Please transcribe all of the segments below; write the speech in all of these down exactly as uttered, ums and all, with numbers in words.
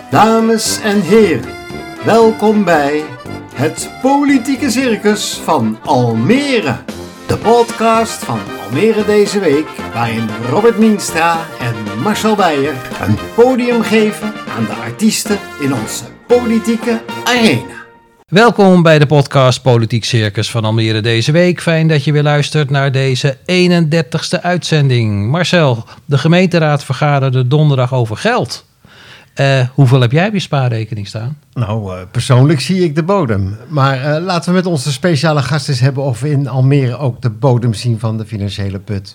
Dames en heren, welkom bij het Politieke Circus van Almere. De podcast van Almere deze week, waarin Robert Mienstra en Marcel Beijer een podium geven aan de artiesten in onze politieke arena. Welkom bij de podcast Politiek Circus van Almere deze week. Fijn dat je weer luistert naar deze eenendertigste uitzending. Marcel, de gemeenteraad vergaderde donderdag over geld. Uh, hoeveel heb jij op je spaarrekening staan? Nou, uh, persoonlijk zie ik de bodem. Maar uh, laten we met onze speciale gast eens hebben of we in Almere ook de bodem zien van de financiële put.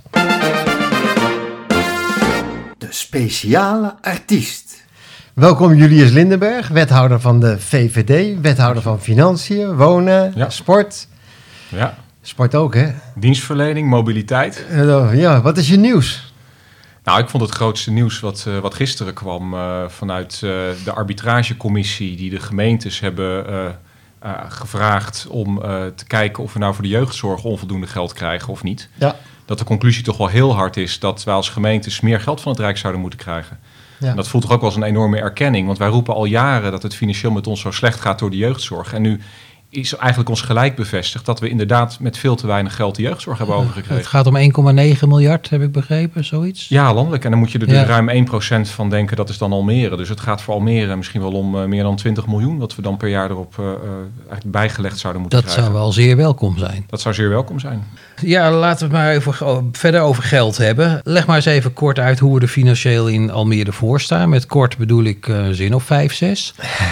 De speciale artiest. Welkom Julius Lindenberg, wethouder van de V V D, wethouder van Financiën, Wonen, ja. Sport. Ja. Sport ook, hè? Dienstverlening, mobiliteit. Uh, ja, wat is je nieuws? Nou, ik vond het grootste nieuws wat, uh, wat gisteren kwam uh, vanuit uh, de arbitragecommissie die de gemeentes hebben uh, uh, gevraagd om uh, te kijken of we nou voor de jeugdzorg onvoldoende geld krijgen of niet. Ja. Dat de conclusie toch wel heel hard is dat wij als gemeentes meer geld van het Rijk zouden moeten krijgen. Ja. En dat voelt toch ook wel als een enorme erkenning, want wij roepen al jaren dat het financieel met ons zo slecht gaat door de jeugdzorg. En nu is eigenlijk ons gelijk bevestigd dat we inderdaad met veel te weinig geld de jeugdzorg hebben overgekregen. Het gaat om één komma negen miljard, heb ik begrepen, zoiets? Ja, landelijk. En dan moet je er dus ja. ruim één procent van denken, dat is dan Almere. Dus het gaat voor Almere misschien wel om uh, meer dan twintig miljoen... wat we dan per jaar erop uh, uh, eigenlijk bijgelegd zouden moeten dat krijgen. Dat zou wel zeer welkom zijn. Dat zou zeer welkom zijn. Ja, laten we het maar even verder over geld hebben. Leg maar eens even kort uit hoe we er financieel in Almere voor staan. Met kort bedoel ik uh, zin of vijf, zes.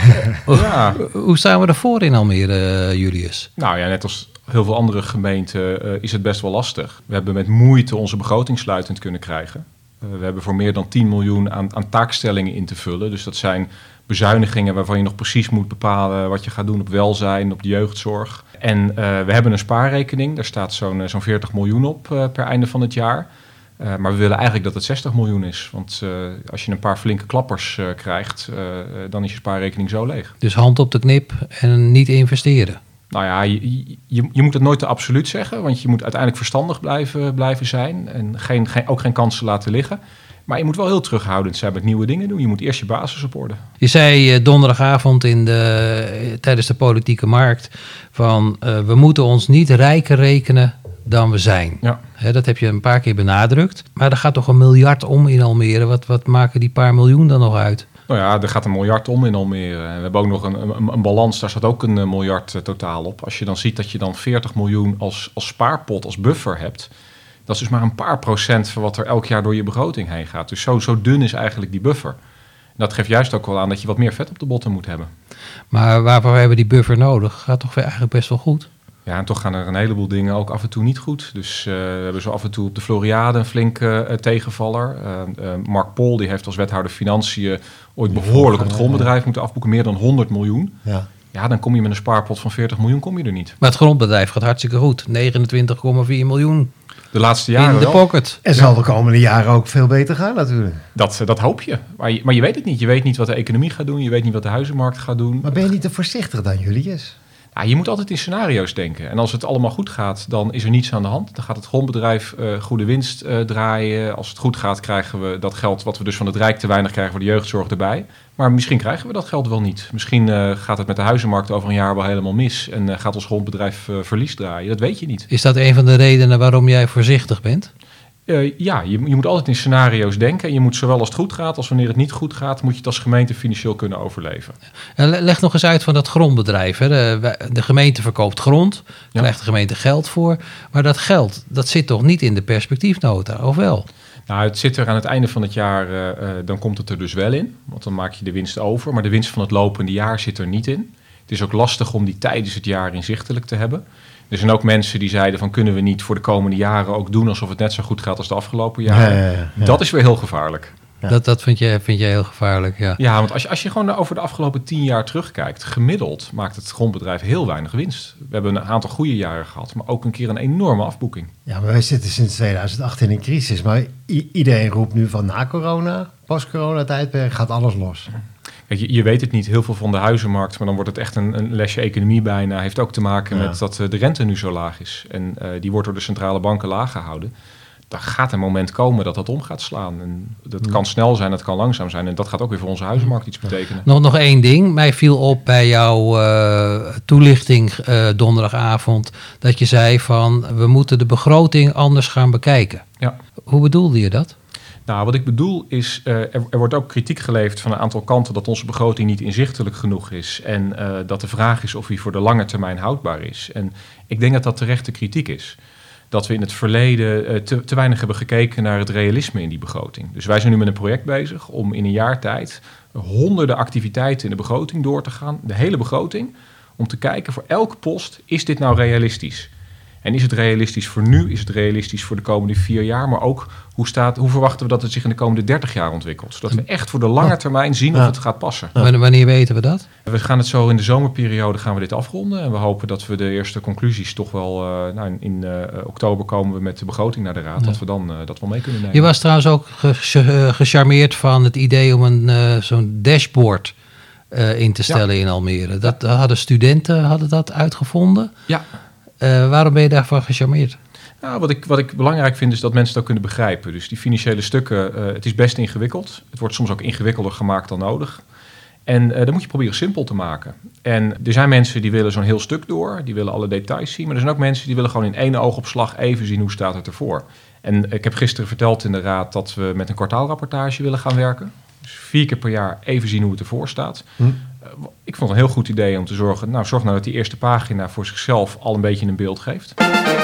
Ja. Hoe staan we ervoor in Almere, uh, Julius? Nou ja, net als heel veel andere gemeenten uh, is het best wel lastig. We hebben met moeite onze begroting sluitend kunnen krijgen. Uh, we hebben voor meer dan tien miljoen aan, aan taakstellingen in te vullen. Dus dat zijn bezuinigingen waarvan je nog precies moet bepalen wat je gaat doen op welzijn, op de jeugdzorg. En uh, we hebben een spaarrekening, daar staat zo'n, zo'n veertig miljoen op uh, per einde van het jaar. Uh, maar we willen eigenlijk dat het zestig miljoen is. Want uh, als je een paar flinke klappers uh, krijgt, uh, dan is je spaarrekening zo leeg. Dus hand op de knip en niet investeren. Nou ja, je, je, je moet het nooit te absoluut zeggen, want je moet uiteindelijk verstandig blijven, blijven zijn en geen, geen, ook geen kansen laten liggen. Maar je moet wel heel terughoudend zijn met nieuwe dingen doen. Je moet eerst je basis op orde. Je zei uh, donderdagavond in de, uh, tijdens de politieke markt van uh, we moeten ons niet rijker rekenen dan we zijn. Ja. He, dat heb je een paar keer benadrukt. Maar er gaat toch een miljard om in Almere. Wat, wat maken die paar miljoen dan nog uit? Nou ja, er gaat een miljard om in Almere. We hebben ook nog een, een, een balans, daar staat ook een miljard uh, totaal op. Als je dan ziet dat je dan veertig miljoen als, als spaarpot, als buffer hebt, dat is dus maar een paar procent van wat er elk jaar door je begroting heen gaat. Dus zo, zo dun is eigenlijk die buffer. En dat geeft juist ook wel aan dat je wat meer vet op de botten moet hebben. Maar waarvoor hebben we die buffer nodig? Gaat toch eigenlijk best wel goed? Ja, en toch gaan er een heleboel dingen ook af en toe niet goed. Dus uh, we hebben zo af en toe op de Floriade een flinke uh, tegenvaller. Uh, uh, Mark Pol, die heeft als wethouder Financiën ooit behoorlijk op het grondbedrijf moeten afboeken. Meer dan honderd miljoen. Ja. Ja, dan kom je met een spaarpot van veertig miljoen, kom je er niet. Maar het grondbedrijf gaat hartstikke goed. negenentwintig komma vier miljoen. De laatste jaren in de wel. pocket. En zal de komende jaren ook veel beter gaan natuurlijk. Dat, dat hoop je. Maar, je. maar je weet het niet. Je weet niet wat de economie gaat doen. Je weet niet wat de huizenmarkt gaat doen. Maar ben je niet te voorzichtig dan, Julius? Ja, je moet altijd in scenario's denken. En als het allemaal goed gaat, dan is er niets aan de hand. Dan gaat het grondbedrijf uh, goede winst uh, draaien. Als het goed gaat, krijgen we dat geld wat we dus van het Rijk te weinig krijgen voor de jeugdzorg erbij. Maar misschien krijgen we dat geld wel niet. Misschien uh, gaat het met de huizenmarkt over een jaar wel helemaal mis. En uh, gaat ons grondbedrijf uh, verlies draaien. Dat weet je niet. Is dat een van de redenen waarom jij voorzichtig bent? Uh, ja, je, je moet altijd in scenario's denken. En je moet zowel als het goed gaat als wanneer het niet goed gaat, moet je het als gemeente financieel kunnen overleven. Leg nog eens uit van dat grondbedrijf. Hè. De, de gemeente verkoopt grond, ja. krijgt de gemeente geld voor. Maar dat geld, dat zit toch niet in de perspectiefnota, of wel? Nou, het zit er aan het einde van het jaar, uh, uh, dan komt het er dus wel in. Want dan maak je de winst over. Maar de winst van het lopende jaar zit er niet in. Het is ook lastig om die tijdens het jaar inzichtelijk te hebben. Er zijn ook mensen die zeiden van kunnen we niet voor de komende jaren ook doen alsof het net zo goed gaat als de afgelopen jaren. Ja, ja, ja. Dat is weer heel gevaarlijk. Ja. Dat, dat vind, je, vind je heel gevaarlijk, ja. Ja, want als je, als je gewoon over de afgelopen tien jaar terugkijkt, gemiddeld maakt het grondbedrijf heel weinig winst. We hebben een aantal goede jaren gehad, maar ook een keer een enorme afboeking. Ja, maar wij zitten sinds tweeduizend acht in een crisis. Maar i- iedereen roept nu van na corona, post-corona tijdperk, gaat alles los. Kijk, je, je weet het niet, heel veel van de huizenmarkt, maar dan wordt het echt een, een lesje economie bijna. Heeft ook te maken Ja. met dat uh, de rente nu zo laag is. En uh, die wordt door de centrale banken laag gehouden. daar gaat een moment komen dat dat om gaat slaan. En dat kan snel zijn, dat kan langzaam zijn. En dat gaat ook weer voor onze huizenmarkt iets betekenen. Nog, nog één ding. Mij viel op bij jouw uh, toelichting uh, donderdagavond dat je zei van we moeten de begroting anders gaan bekijken. Ja. Hoe bedoelde je dat? Nou, wat ik bedoel is, uh, er, er wordt ook kritiek geleverd van een aantal kanten dat onze begroting niet inzichtelijk genoeg is. En uh, dat de vraag is of die voor de lange termijn houdbaar is. En ik denk dat dat terechte kritiek is. Dat we in het verleden uh, te, te weinig hebben gekeken naar het realisme in die begroting. Dus wij zijn nu met een project bezig om in een jaar tijd honderden activiteiten in de begroting door te gaan. De hele begroting, om te kijken voor elke post, is dit nou realistisch? En is het realistisch voor nu? Is het realistisch voor de komende vier jaar? Maar ook, hoe, staat, hoe verwachten we dat het zich in de komende dertig jaar ontwikkelt? Zodat we echt voor de lange termijn zien of het gaat passen. Ja. Wanneer weten we dat? We gaan het zo in de zomerperiode gaan we dit afronden. En we hopen dat we de eerste conclusies toch wel... Uh, nou, in in uh, oktober komen we met de begroting naar de Raad. Ja. Dat we dan uh, dat wel mee kunnen nemen. Je was trouwens ook ge- gecharmeerd van het idee om een uh, zo'n dashboard uh, in te stellen ja. in Almere. Dat ja. hadden studenten hadden dat uitgevonden. Ja. Uh, waarom ben je daarvan gecharmeerd? Nou, wat ik, wat ik belangrijk vind is dat mensen het ook kunnen begrijpen. Dus die financiële stukken, uh, het is best ingewikkeld. Het wordt soms ook ingewikkelder gemaakt dan nodig. En uh, dan moet je proberen simpel te maken. En er zijn mensen die willen zo'n heel stuk door. Die willen alle details zien. Maar er zijn ook mensen die willen gewoon in één oogopslag even zien hoe staat het ervoor. En uh, ik heb gisteren verteld in de Raad dat we met een kwartaalrapportage willen gaan werken. Dus vier keer per jaar even zien hoe het ervoor staat. Hm. Ik vond het een heel goed idee om te zorgen... nou, zorg nou dat die eerste pagina voor zichzelf al een beetje een beeld geeft.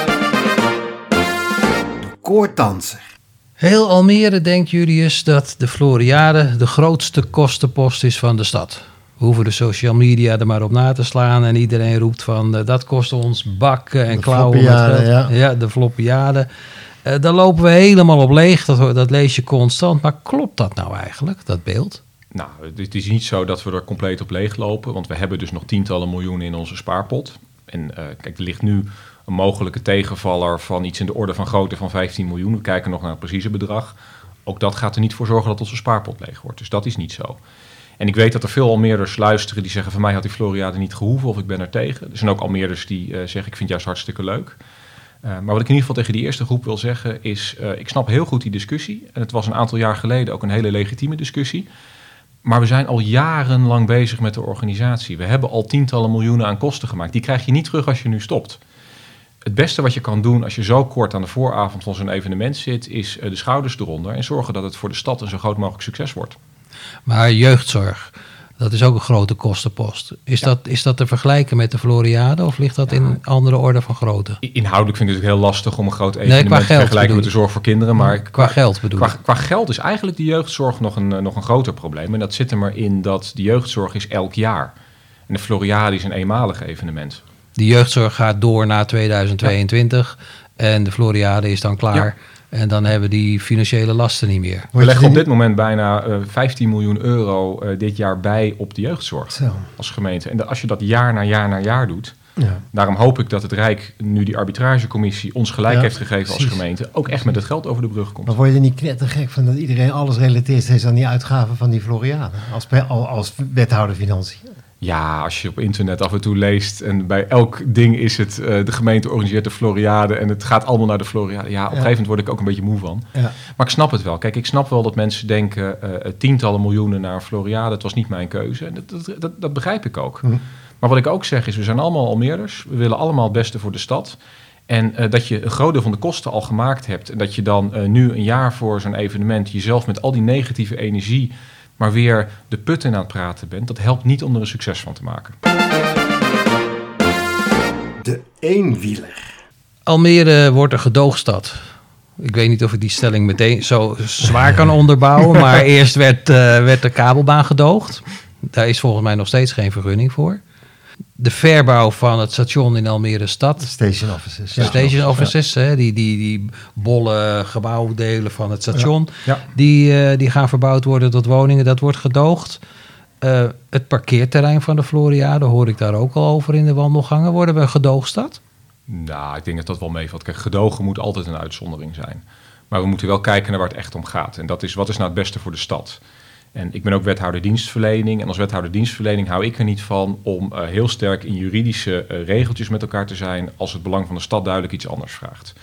De koorddanser. Heel Almere denkt Julius dat de Floriade de grootste kostenpost is van de stad. We hoeven de social media er maar op na te slaan en iedereen roept van uh, dat kost ons bakken en klauwen. Ja. ja, de Floppiade. Uh, daar lopen we helemaal op leeg, dat, dat lees je constant. Maar klopt dat nou eigenlijk, dat beeld? Nou, het is niet zo dat we er compleet op leeg lopen, want we hebben dus nog tientallen miljoenen in onze spaarpot. En uh, kijk, er ligt nu een mogelijke tegenvaller van iets in de orde van grootte van vijftien miljoen. We kijken nog naar het precieze bedrag. Ook dat gaat er niet voor zorgen dat onze spaarpot leeg wordt. Dus dat is niet zo. En ik weet dat er veel Almeerders luisteren die zeggen van mij had die Floriade niet gehoeven of ik ben er tegen. Er zijn ook Almeerders die uh, zeggen ik vind het juist hartstikke leuk. Uh, maar wat ik in ieder geval tegen die eerste groep wil zeggen is, uh, ik snap heel goed die discussie. En het was een aantal jaar geleden ook een hele legitieme discussie. Maar we zijn al jarenlang bezig met de organisatie. We hebben al tientallen miljoenen aan kosten gemaakt. Die krijg je niet terug als je nu stopt. Het beste wat je kan doen als je zo kort aan de vooravond van zo'n evenement zit, is uh, de schouders eronder en zorgen dat het voor de stad een zo groot mogelijk succes wordt. Maar jeugdzorg, dat is ook een grote kostenpost. Is, ja. dat, is dat te vergelijken met de Floriade of ligt dat ja. in een andere orde van grootte? Inhoudelijk vind ik het heel lastig om een groot evenement nee, te vergelijken met de zorg voor kinderen. Maar qua, qua geld bedoel qua, qua geld is eigenlijk de jeugdzorg nog een, nog een groter probleem. En dat zit er maar in dat de jeugdzorg is elk jaar. En de Floriade is een eenmalig evenement. De jeugdzorg gaat door na tweeduizend tweeëntwintig ja. en de Floriade is dan klaar. Ja. En dan hebben we die financiële lasten niet meer. We leggen op dit moment bijna uh, vijftien miljoen euro uh, dit jaar bij op de jeugdzorg Zo. als gemeente. En de, als je dat jaar na jaar na jaar doet, ja. daarom hoop ik dat het Rijk nu die arbitragecommissie ons gelijk ja, heeft gegeven precies. als gemeente, ook echt met het geld over de brug komt. Maar word je er niet knettergek van dat iedereen alles relateert steeds aan die uitgaven van die Floriade als, als wethouder financiën? Ja, als je op internet af en toe leest en bij elk ding is het uh, de gemeente organiseert de Floriade en het gaat allemaal naar de Floriade. Ja, op ja. een gegeven moment word ik ook een beetje moe van. Ja. Maar ik snap het wel. Kijk, ik snap wel dat mensen denken uh, tientallen miljoenen naar een Floriade. Het was niet mijn keuze. En dat, dat, dat, dat begrijp ik ook. Hm. Maar wat ik ook zeg is, we zijn allemaal Almeerders. We willen allemaal het beste voor de stad. En uh, dat je een groot deel van de kosten al gemaakt hebt en dat je dan uh, nu een jaar voor zo'n evenement jezelf met al die negatieve energie maar weer de put in aan het praten bent, dat helpt niet om er een succes van te maken. De eenwieler. Almere wordt een gedoogstad. Ik weet niet of ik die stelling meteen zo zwaar kan onderbouwen, maar eerst werd, uh, werd de kabelbaan gedoogd. Daar is volgens mij nog steeds geen vergunning voor. De verbouw van het station in Almere stad. Station offices. Ja. Station offices, ja. hè, die, die, die bolle gebouwdelen van het station. Ja. Ja. Die, uh, die gaan verbouwd worden tot woningen. Dat wordt gedoogd. Uh, het parkeerterrein van de Floriade, hoor ik daar ook al over in de wandelgangen. Worden we een gedoogstad? Nou, ik denk dat dat wel meevalt. Kijk, gedogen moet altijd een uitzondering zijn. Maar we moeten wel kijken naar waar het echt om gaat. En dat is, wat is nou het beste voor de stad? En ik ben ook wethouder dienstverlening. En als wethouder dienstverlening hou ik er niet van om uh, heel sterk in juridische uh, regeltjes met elkaar te zijn als het belang van de stad duidelijk iets anders vraagt.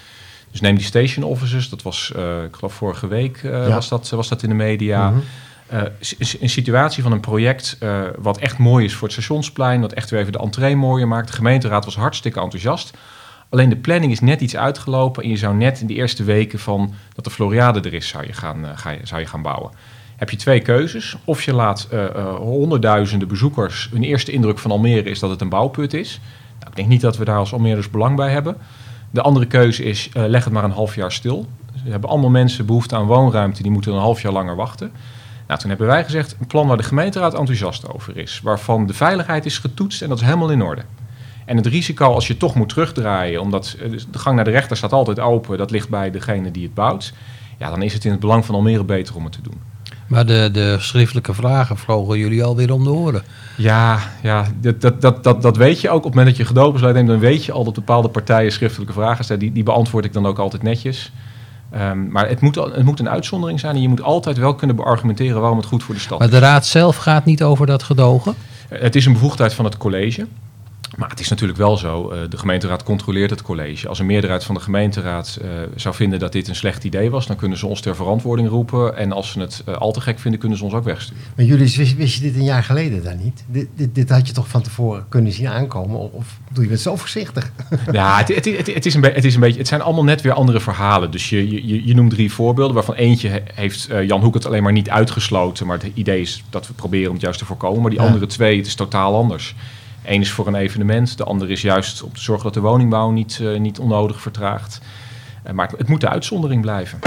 Dus neem die station offices, dat was, uh, ik geloof vorige week uh, ja. was, dat, was dat in de media. Mm-hmm. Uh, een situatie van een project uh, wat echt mooi is voor het stationsplein, wat echt weer even de entree mooier maakt. De gemeenteraad was hartstikke enthousiast. Alleen de planning is net iets uitgelopen en je zou net in de eerste weken van dat de Floriade er is, zou je gaan, uh, ga je, zou je gaan bouwen. Heb je twee keuzes. Of je laat uh, uh, honderdduizenden bezoekers, hun eerste indruk van Almere is dat het een bouwput is. Nou, ik denk niet dat we daar als Almeerders belang bij hebben. De andere keuze is, uh, leg het maar een half jaar stil. Dus we hebben allemaal mensen behoefte aan woonruimte, die moeten een half jaar langer wachten. Nou, toen hebben wij gezegd, een plan waar de gemeenteraad enthousiast over is. Waarvan de veiligheid is getoetst en dat is helemaal in orde. En het risico als je toch moet terugdraaien, omdat de gang naar de rechter staat altijd open, dat ligt bij degene die het bouwt. Ja, dan is het in het belang van Almere beter om het te doen. Maar de, de schriftelijke vragen vlogen jullie alweer om de oren. Ja, ja dat, dat, dat, dat, dat weet je ook. Op het moment dat je gedoogbesluit neemt, dan weet je al dat bepaalde partijen schriftelijke vragen stellen. Die, die beantwoord ik dan ook altijd netjes. Um, maar het moet, het moet een uitzondering zijn en je moet altijd wel kunnen beargumenteren waarom het goed voor de stad is. Maar de raad zelf gaat niet over dat gedogen? Uh, het is een bevoegdheid van het college. Maar het is natuurlijk wel zo, uh, de gemeenteraad controleert het college. Als een meerderheid van de gemeenteraad uh, zou vinden dat dit een slecht idee was, dan kunnen ze ons ter verantwoording roepen. En als ze het uh, al te gek vinden, kunnen ze ons ook wegsturen. Maar jullie, wist, wist je dit een jaar geleden dan niet? Dit, dit, dit had je toch van tevoren kunnen zien aankomen? Of, of doe je het zo voorzichtig? Ja, het, het, het, het, is een be- het is een beetje. Het zijn allemaal net weer andere verhalen. Dus je, je, je noemt drie voorbeelden, waarvan eentje heeft uh, Jan Hoek het alleen maar niet uitgesloten. Maar het idee is dat we proberen om het juist te voorkomen. Maar die ja. andere twee, het is totaal anders. Eén is voor een evenement, de andere is juist om te zorgen dat de woningbouw niet, uh, niet onnodig vertraagt. Uh, maar het, het moet de uitzondering blijven.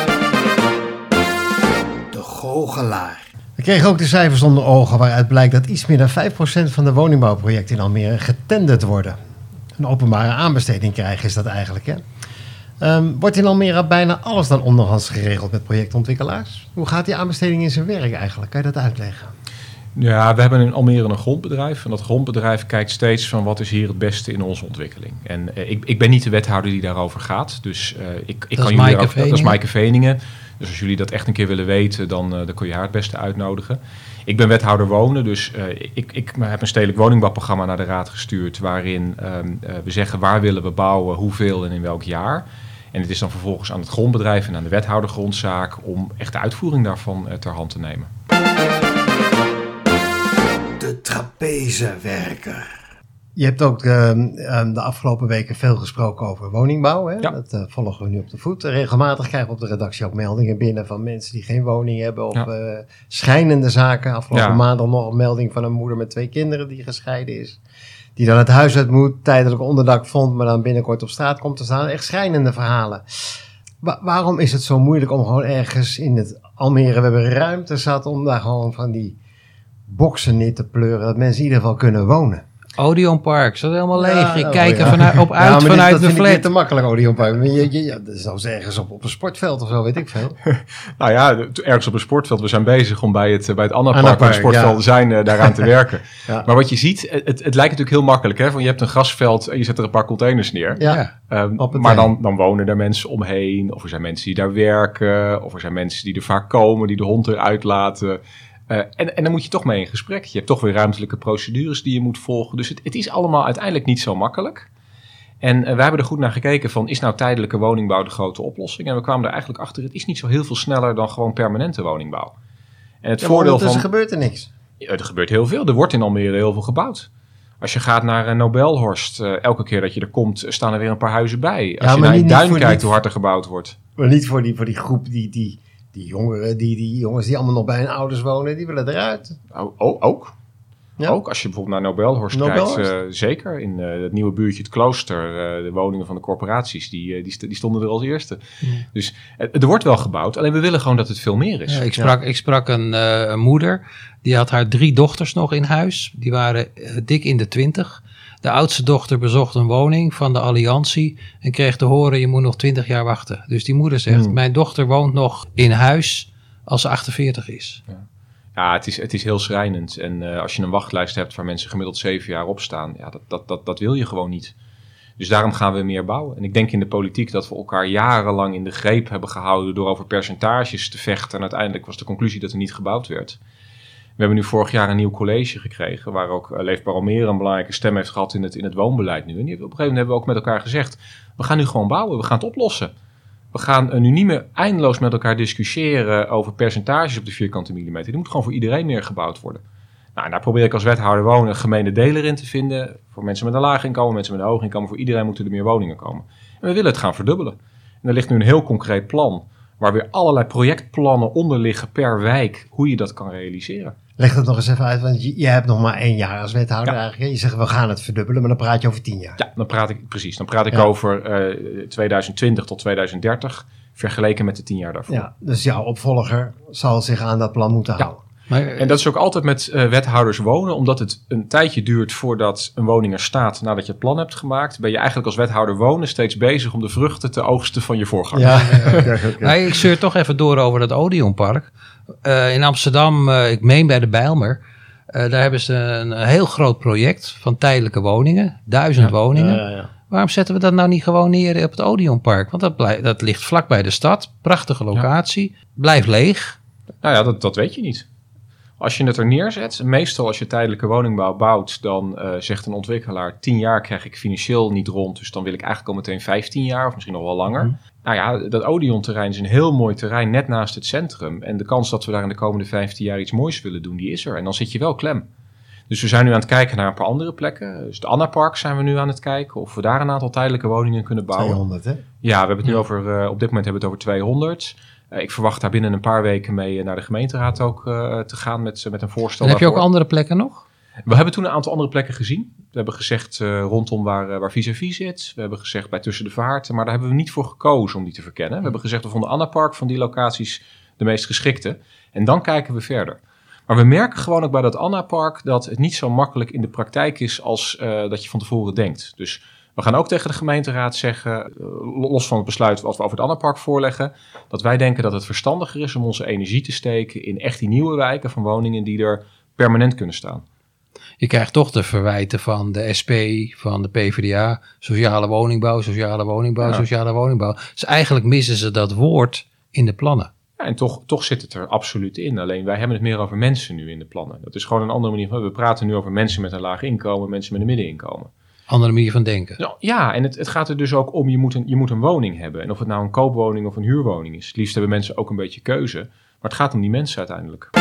De goochelaar. We kregen ook de cijfers onder ogen waaruit blijkt dat iets meer dan vijf procent van de woningbouwprojecten in Almere getenderd worden. Een openbare aanbesteding krijgen is dat eigenlijk, hè? Um, wordt in Almere bijna alles dan onderhands geregeld met projectontwikkelaars? Hoe gaat die aanbesteding in zijn werk eigenlijk? Kan je dat uitleggen? Ja, we hebben in Almere een grondbedrijf. En dat grondbedrijf kijkt steeds van wat is hier het beste in onze ontwikkeling. En uh, ik, ik ben niet de wethouder die daarover gaat. Dus uh, ik, ik dat kan is jullie ook, dat is Maaike Veningen. Dus als jullie dat echt een keer willen weten, dan, uh, dan kun je haar het beste uitnodigen. Ik ben wethouder wonen, dus uh, ik, ik heb een stedelijk woningbouwprogramma naar de raad gestuurd. Waarin um, uh, we zeggen waar willen we bouwen, hoeveel en in welk jaar. En het is dan vervolgens aan het grondbedrijf en aan de wethouder grondzaak om echt de uitvoering daarvan uh, ter hand te nemen. De trapezewerker. Je hebt ook uh, de afgelopen weken veel gesproken over woningbouw. Hè? Ja. Dat uh, volgen we nu op de voet. Regelmatig krijgen we op de redactie ook meldingen binnen van mensen die geen woning hebben. Of ja. uh, schijnende zaken. Afgelopen ja. maandag nog een melding van een moeder met twee kinderen die gescheiden is. Die dan het huis uit moet, tijdelijk onderdak vond, maar dan binnenkort op straat komt te staan. Echt schijnende verhalen. Wa- waarom is het zo moeilijk om gewoon ergens in het Almere, we hebben ruimte zat om daar gewoon van die boksen neer te pleuren, dat mensen in ieder geval kunnen wonen? Odeon Park, staat helemaal leeg. Ja, Ik oh, kijk ja. er vanuit, op uit ja, maar vanuit dit, de dat vind flat. ik te makkelijk, Odeon Park. Je, je, je, dat is zelfs ergens op, op een sportveld of zo, weet ik veel. Nou ja, ergens op een sportveld. We zijn bezig om bij het, bij het Anna Park, Anna Park, waar de sportvelden ja. zijn, uh, daaraan te werken. Ja. Maar wat je ziet, het, het lijkt natuurlijk heel makkelijk. Hè? Van je hebt een grasveld en je zet er een paar containers neer. Ja. Um, maar dan, dan wonen er mensen omheen. Of er zijn mensen die daar werken. Of er zijn mensen die er vaak komen, die de hond eruit laten. Uh, en, en dan moet je toch mee in gesprek. Je hebt toch weer ruimtelijke procedures die je moet volgen. Dus het, het is allemaal uiteindelijk niet zo makkelijk. En uh, we hebben er goed naar gekeken van, is nou tijdelijke woningbouw de grote oplossing? En we kwamen er eigenlijk achter, het is niet zo heel veel sneller dan gewoon permanente woningbouw. En het Ja, voordeel van... gebeurt er niks. Ja, er gebeurt heel veel. Er wordt in Almere heel veel gebouwd. Als je gaat naar uh, Nobelhorst, uh, elke keer dat je er komt, staan er weer een paar huizen bij. Als Ja, je maar naar niet- een niet duin voor kijkt, die- hoe hard er gebouwd wordt. Maar niet voor die, voor die groep, die, die, die jongeren, die, die jongens die allemaal nog bij hun ouders wonen, die willen eruit. Oh, oh, ook. Ja. Ook als je bijvoorbeeld naar Nobelhorst, Nobelhorst. kijkt, uh, zeker in uh, het nieuwe buurtje het Klooster, uh, de woningen van de corporaties, die, uh, die, st- die stonden er als eerste. Ja. Dus uh, er wordt wel gebouwd, alleen we willen gewoon dat het veel meer is. Ja, ik sprak, ik sprak een, uh, een moeder, die had haar drie dochters nog in huis. Die waren uh, dik in de twintig. De oudste dochter bezocht een woning van de Alliantie en kreeg te horen, je moet nog twintig jaar wachten. Dus die moeder zegt, Hmm. mijn dochter woont nog in huis als ze achtenveertig is. Ja, het is, het is heel schrijnend. En uh, als je een wachtlijst hebt waar mensen gemiddeld zeven jaar op staan, ja, dat, dat, dat, dat wil je gewoon niet. Dus daarom gaan we meer bouwen. En ik denk in de politiek dat we elkaar jarenlang in de greep hebben gehouden door over percentages te vechten. En uiteindelijk was de conclusie dat er niet gebouwd werd. We hebben nu vorig jaar een nieuw college gekregen, waar ook uh, Leefbaar Almere een belangrijke stem heeft gehad in het, in het woonbeleid nu. En op een gegeven moment hebben we ook met elkaar gezegd, we gaan nu gewoon bouwen, we gaan het oplossen. We gaan uh, nu niet meer eindeloos met elkaar discussiëren over percentages op de vierkante millimeter. Die moet gewoon voor iedereen meer gebouwd worden. Nou, en daar probeer ik als wethouder wonen een gemene deler in te vinden. Voor mensen met een laag inkomen, mensen met een hoog inkomen. Voor iedereen moeten er meer woningen komen. En we willen het gaan verdubbelen. En er ligt nu een heel concreet plan, waar weer allerlei projectplannen onder liggen per wijk, hoe je dat kan realiseren. Leg dat nog eens even uit, want je, je hebt nog maar één jaar als wethouder Ja. eigenlijk. Je zegt, we gaan het verdubbelen, maar dan praat je over tien jaar. Ja, dan praat ik precies. Dan praat ik Ja. over uh, tweeduizend twintig tot tweeduizend dertig, vergeleken met de tien jaar daarvoor. Ja, dus jouw opvolger zal zich aan dat plan moeten Ja. houden. Maar, En dat is ook altijd met uh, wethouders wonen, omdat het een tijdje duurt voordat een woning er staat nadat je het plan hebt gemaakt. Ben je eigenlijk als wethouder wonen steeds bezig om de vruchten te oogsten van je voorganger. Ja, okay, okay. maar ik zeur toch even door over dat Odeonpark. Uh, in Amsterdam, uh, ik meen bij de Bijlmer, uh, daar hebben ze een, een heel groot project van tijdelijke woningen. Duizend Ja. woningen. Ja, ja, ja. Waarom zetten we dat nou niet gewoon neer op het Odeonpark? Want dat, blij, dat ligt vlak bij de stad. Prachtige locatie. Blijft leeg. Nou ja, dat, dat weet je niet. Als je het er neerzet, meestal als je tijdelijke woningbouw bouwt, dan uh, zegt een ontwikkelaar, tien jaar krijg ik financieel niet rond, dus dan wil ik eigenlijk al meteen vijftien jaar of misschien nog wel langer. Mm. Nou ja, dat Odeon-terrein is een heel mooi terrein, net naast het centrum. En de kans dat we daar in de komende vijftien jaar iets moois willen doen, die is er. En dan zit je wel klem. Dus we zijn nu aan het kijken naar een paar andere plekken. Dus de Anna Park zijn we nu aan het kijken, of we daar een aantal tijdelijke woningen kunnen bouwen. tweehonderd, hè? Ja, we hebben het nu over, uh, op dit moment hebben we het over tweehonderd. Uh, ik verwacht daar binnen een paar weken mee naar de gemeenteraad ook uh, te gaan met, met een voorstel. En heb je ook daarvoor. andere plekken nog? We hebben toen een aantal andere plekken gezien. We hebben gezegd uh, rondom waar, uh, waar vis-à-vis zit. We hebben gezegd bij Tussen de Vaarten. Maar daar hebben we niet voor gekozen om die te verkennen. We hebben gezegd we vonden Anna Park van die locaties de meest geschikte. En dan kijken we verder. Maar we merken gewoon ook bij dat Anna Park dat het niet zo makkelijk in de praktijk is als uh, dat je van tevoren denkt. Dus we gaan ook tegen de gemeenteraad zeggen, uh, los van het besluit wat we over het Anna Park voorleggen, dat wij denken dat het verstandiger is om onze energie te steken in echt die nieuwe wijken van woningen die er permanent kunnen staan. Je krijgt toch de verwijten van de S P, van de P V D A, sociale woningbouw, sociale woningbouw, Ja. sociale woningbouw. Dus eigenlijk missen ze dat woord in de plannen. Ja, en toch, toch zit het er absoluut in. Alleen wij hebben het meer over mensen nu in de plannen. Dat is gewoon een andere manier van. We praten nu over mensen met een laag inkomen, mensen met een middeninkomen. Andere manier van denken. Nou, ja, en het, het gaat er dus ook om, je moet, een, je moet een woning hebben. En of het nou een koopwoning of een huurwoning is. Het liefst hebben mensen ook een beetje keuze. Maar het gaat om die mensen uiteindelijk.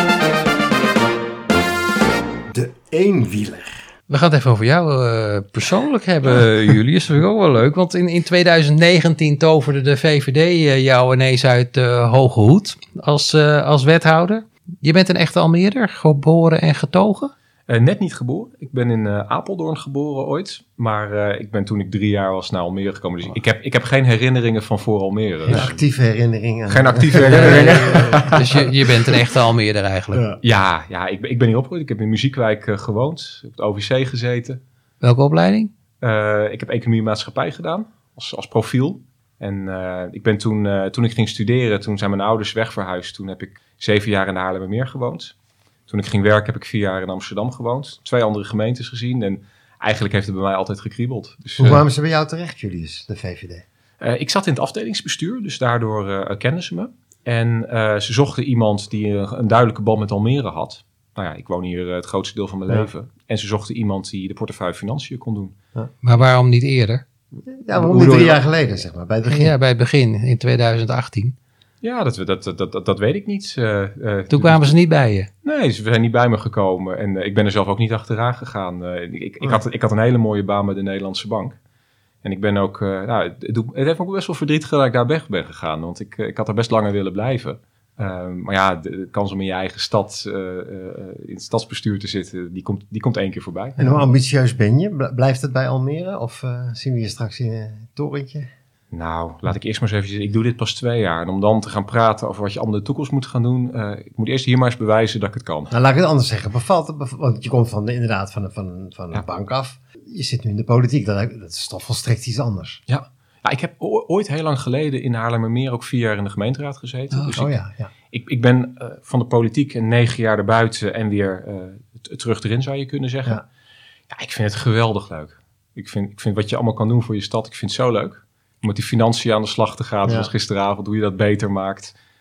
De eenwieler. We gaan het even over jou uh, persoonlijk hebben, Julius. Dat vind ik ook wel leuk. Want in, in twintig negentien toverde de V V D uh, jou ineens uit de uh, hoge hoed als, uh, als wethouder. Je bent een echte Almeerder, geboren en getogen? Uh, net niet geboren. Ik ben in uh, Apeldoorn geboren ooit. Maar uh, ik ben toen ik drie jaar was naar Almere gekomen. Dus ik heb, ik heb geen herinneringen van voor Almere. Geen Dus actieve herinneringen. geen actieve herinneringen. Dus je, je bent een echte Almeerder eigenlijk. Ja. Ja, ja ik, ben- ik ben hier opgegroeid. Ik heb in Muziekwijk uh, gewoond. Ik heb op het O V C gezeten. Welke opleiding? Uh, ik heb economie en maatschappij gedaan als, als profiel. En uh, ik ben toen, uh, toen ik ging studeren, toen zijn mijn ouders wegverhuisd. Toen heb ik zeven jaar in de Haarlemmermeer gewoond. Toen ik ging werken heb ik vier jaar in Amsterdam gewoond. Twee andere gemeentes gezien. En eigenlijk heeft het bij mij altijd gekriebeld. Dus, Hoe uh, kwamen ze bij jou terecht, Julius, de V V D? uh, ik zat in het afdelingsbestuur, dus daardoor uh, kenden ze me. En uh, ze zochten iemand die een, een duidelijke band met Almere had. Nou ja, ik woon hier uh, het grootste deel van mijn Ja. leven. En ze zochten iemand die de portefeuille financiën kon doen. Maar waarom niet eerder? Ja, waarom Hoe niet bedoel drie je? jaar geleden, zeg maar, bij het begin? Ja, bij het begin, in twintig achttien. Ja, dat, dat, dat, dat, dat weet ik niet. Uh, uh, Toen kwamen ze niet bij je. Nee, ze zijn niet bij me gekomen. En uh, ik ben er zelf ook niet achteraan gegaan. Uh, ik, ik, ik, had, ik had een hele mooie baan bij de Nederlandse Bank. En ik ben ook... Uh, nou, het, doet- het heeft me ook best wel verdrietig dat ik daar weg ben gegaan. Want ik, uh, ik had er best langer willen blijven. Uh, maar ja, de, de kans om in je eigen stad uh, uh, in het stadsbestuur te zitten... die komt, die komt één keer voorbij. En hoe ambitieus ben je? Bl- Blijft het bij Almere? Of uh, zien we je straks in een torentje? Nou, laat ik eerst maar eens even... Ik doe dit pas twee jaar. En om dan te gaan praten over wat je allemaal in de toekomst moet gaan doen... Uh, ik moet eerst hier maar eens bewijzen dat ik het kan. Nou, laat ik het anders zeggen. Bevalt het, bev- want je komt van de, inderdaad van, een- van, een- van een Ja. bank af. Je zit nu in de politiek. Dat, dat is toch volstrekt iets anders. Ja. Ja, ik heb o- ooit heel lang geleden in Haarlemmermeer ook vier jaar in de gemeenteraad gezeten. Oh, dus Oh ik, ja, ja. ik, ik ben uh, van de politiek en negen jaar erbuiten en weer uh, t- terug erin, zou je kunnen zeggen. Ja. Ja. Ik vind het geweldig leuk. Ik vind, ik vind wat je allemaal kan doen voor je stad, ik vind het zo leuk. Om met die financiën aan de slag te gaan, Ja. zoals gisteravond, hoe je dat beter maakt.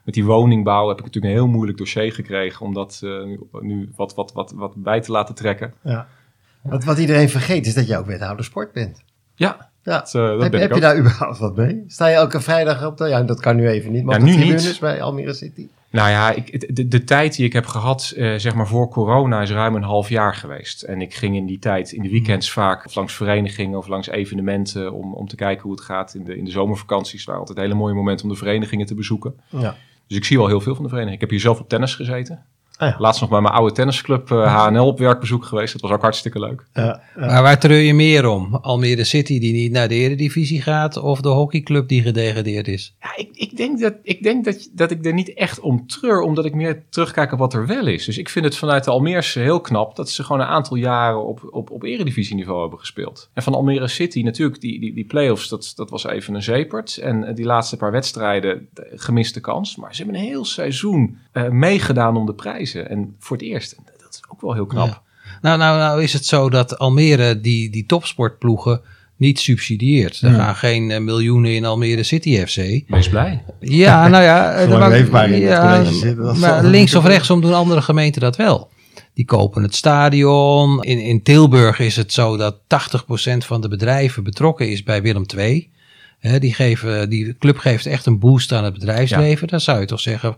met die woningbouw heb ik natuurlijk een heel moeilijk dossier gekregen om dat uh, nu, nu wat, wat, wat, wat bij te laten trekken. Ja. Wat, wat iedereen vergeet is dat je ook wethouder sport bent. Ja, ja. dat, uh, dat heb, ben heb ik je ook. daar überhaupt wat mee? Sta je elke vrijdag op de... Ja, dat kan nu even niet, maar ja, op de nu tribunes niet. bij Almere City? Nou ja, ik, de, de tijd die ik heb gehad, uh, zeg maar voor corona, is ruim een half jaar geweest. En ik ging in die tijd, in de weekends vaak, of langs verenigingen of langs evenementen, om, om te kijken hoe het gaat. In de, in de zomervakanties waren altijd hele mooie momenten om de verenigingen te bezoeken. Ja. Dus ik zie wel heel veel van de vereniging. Ik heb hier zelf op tennis gezeten. Ah, ja. Laatst nog bij mijn oude tennisclub uh, H N L op werkbezoek geweest. Dat was ook hartstikke leuk. Ja, ja. Maar waar treur je meer om? Almere City die niet naar de Eredivisie gaat of de hockeyclub die gedegradeerd is? Ja, ik, ik denk, dat, ik, denk dat, dat ik er niet echt om treur, omdat ik meer terugkijk op wat er wel is. Dus ik vind het vanuit de Almeerse heel knap dat ze gewoon een aantal jaren op, op, op eredivisieniveau hebben gespeeld. En van Almere City natuurlijk, die, die, die play-offs, dat, dat was even een zeepert. En die laatste paar wedstrijden, gemiste kans. Maar ze hebben een heel seizoen uh, meegedaan om de prijzen. En voor het eerst, dat is ook wel heel knap. Ja. Nou, nou, nou is het zo dat Almere die, die topsportploegen niet subsidieert. Er Ja. gaan geen uh, miljoenen in Almere City F C. Wees blij. Ja, nou ja. Zolang maar- leefbaar in het ja, college zitten, dat maar zal- links of rechtsom doen andere gemeenten dat wel. Die kopen het stadion. In, in Tilburg is het zo dat tachtig procent van de bedrijven betrokken is bij Willem twee. Hè, die, geven, die club geeft echt een boost aan het bedrijfsleven. Dan zou je toch zeggen,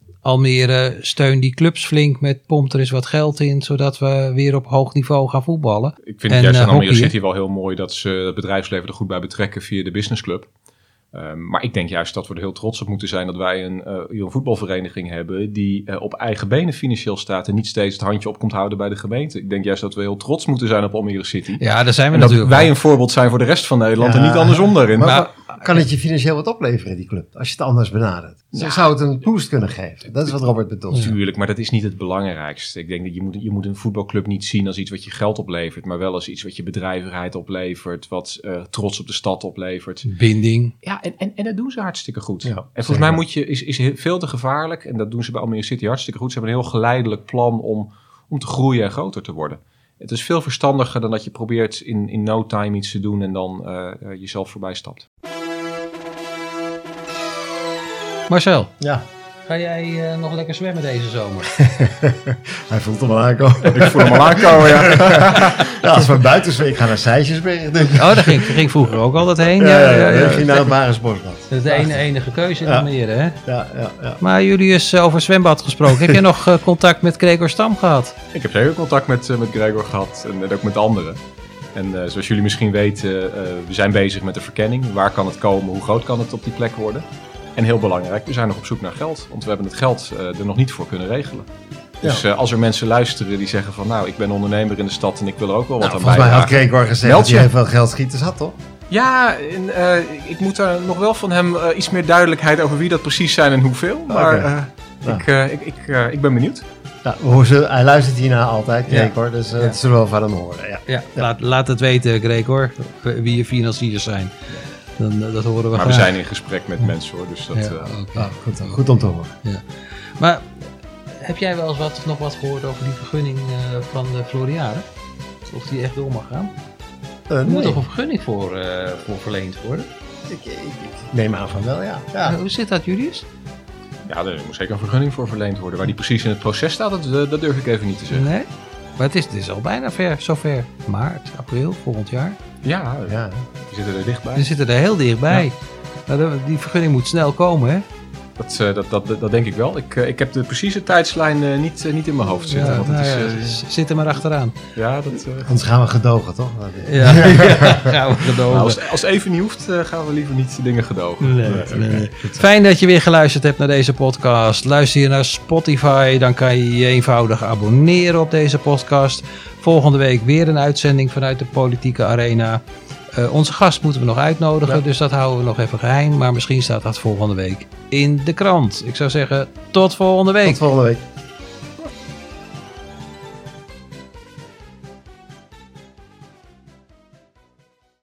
Almere steun die clubs flink met pompt er eens wat geld in, zodat we weer op hoog niveau gaan voetballen. Ik vind En, het juist uh, aan Almere hockey, City wel heel mooi dat ze het bedrijfsleven er goed bij betrekken via de businessclub. Um, maar ik denk juist dat we er heel trots op moeten zijn dat wij een, uh, hier een voetbalvereniging hebben die uh, op eigen benen financieel staat en niet steeds het handje op komt houden bij de gemeente. Ik denk juist dat we heel trots moeten zijn op Almere City. Ja, daar zijn we En dat natuurlijk wij wel. een voorbeeld zijn voor de rest van Nederland Ja. en niet andersom daarin. Maar, Maar- maar kan het je financieel wat opleveren, die club? Als je het anders benadert. Ja. Zou het een boost kunnen geven? Dat is wat Robert bedoelt. Natuurlijk, maar dat is niet het belangrijkste. Ik denk dat je moet, je moet een voetbalclub niet zien als iets wat je geld oplevert, maar wel als iets wat je bedrijvigheid oplevert, wat uh, trots op de stad oplevert. Binding. Ja, en, en, en dat doen ze hartstikke goed. Ja, en volgens zeker. mij moet je, is, is heel- veel te gevaarlijk, en dat doen ze bij Almere City hartstikke goed. Ze hebben een heel geleidelijk plan om, om te groeien en groter te worden. Het is veel verstandiger dan dat je probeert in, in no time iets te doen en dan uh, uh, jezelf voorbij stapt. Marcel, Ja, ga jij uh, nog lekker zwemmen deze zomer? hij voelt hem al aankomen. Ik voel hem al aankomen, ja. Ja, als we buiten zijn, ik ga naar Sijsjesberg. denk ik. Oh, daar ging, ging vroeger ook altijd heen. Ja, ja, ja, ja, ik ging naar het Marensportbad. Dat is de ene, enige keuze in Ja. Almere, hè? Ja, ja, ja. Maar Julius, uh, over zwembad gesproken. Heb je nog uh, contact met Gregor Stam gehad? Ik heb zeker contact met, uh, met Gregor gehad en, en ook met anderen. En uh, zoals jullie misschien weten, uh, we zijn bezig met de verkenning. Waar kan het komen? Hoe groot kan het op die plek worden? En heel belangrijk, we zijn nog op zoek naar geld. Want we hebben het geld uh, er nog niet voor kunnen regelen. Dus uh, als er mensen luisteren die zeggen van nou, ik ben ondernemer in de stad en ik wil er ook wel wat Nou, aan volgens mij had bijdragen. Gregor gezegd Meld dat je. hij heel veel geldschieters had, toch? Ja, en, uh, ik moet daar nog wel van hem uh, iets meer duidelijkheid over wie dat precies zijn en hoeveel. Maar Oké. uh, Ja. ik, uh, ik, ik, uh, ik ben benieuwd. Ja, hoe ze, hij luistert hierna altijd, Gregor, Ja. dus uh, Ja. dat zullen we wel van hem horen. Ja. Ja, Laat, laat het weten, Gregor, wie je financiers zijn. Dan, uh, dat horen we Maar we graag. zijn in gesprek met mensen hoor. Dus dat, Ja, uh, oké. Ah, goed, goed om te horen. Maar heb jij wel eens wat, nog wat gehoord over die vergunning uh, van de Floriade? Of die echt door mag gaan? Uh, Er moet nee, toch een vergunning voor, uh, voor verleend worden? ik, ik, ik neem aan van wel, ja. ja. Uh, hoe zit dat, Julius? ja, er moet zeker een vergunning voor verleend worden. Waar die precies in het proces staat, dat, uh, dat durf ik even niet te zeggen. Nee? Maar het is, het is al bijna ver, zover. Maart, april, volgend jaar. Ja, Ja. die zitten er dichtbij. We zitten er heel dichtbij. Nou, de- die vergunning moet snel komen, hè? Dat, uh, dat, dat, dat denk ik wel. Ik, uh, ik heb de precieze tijdslijn uh, niet, uh, niet in mijn hoofd zitten. Ja, want het nou is, ja, uh, s- zit er maar achteraan. ja, dat, uh, Anders gaan we gedogen, toch? Ja, gaan we gedogen. nou, als, als het even niet hoeft, uh, gaan we liever niet dingen gedogen. Nee, nee, nee. Fijn dat je weer geluisterd hebt naar deze podcast. Luister je naar Spotify, dan kan je je eenvoudig abonneren op deze podcast. Volgende week weer een uitzending vanuit de politieke arena. Uh, onze gast moeten we nog uitnodigen, Ja. dus dat houden we nog even geheim. Maar misschien staat dat volgende week in de krant. Ik zou zeggen, tot volgende week. Tot volgende week.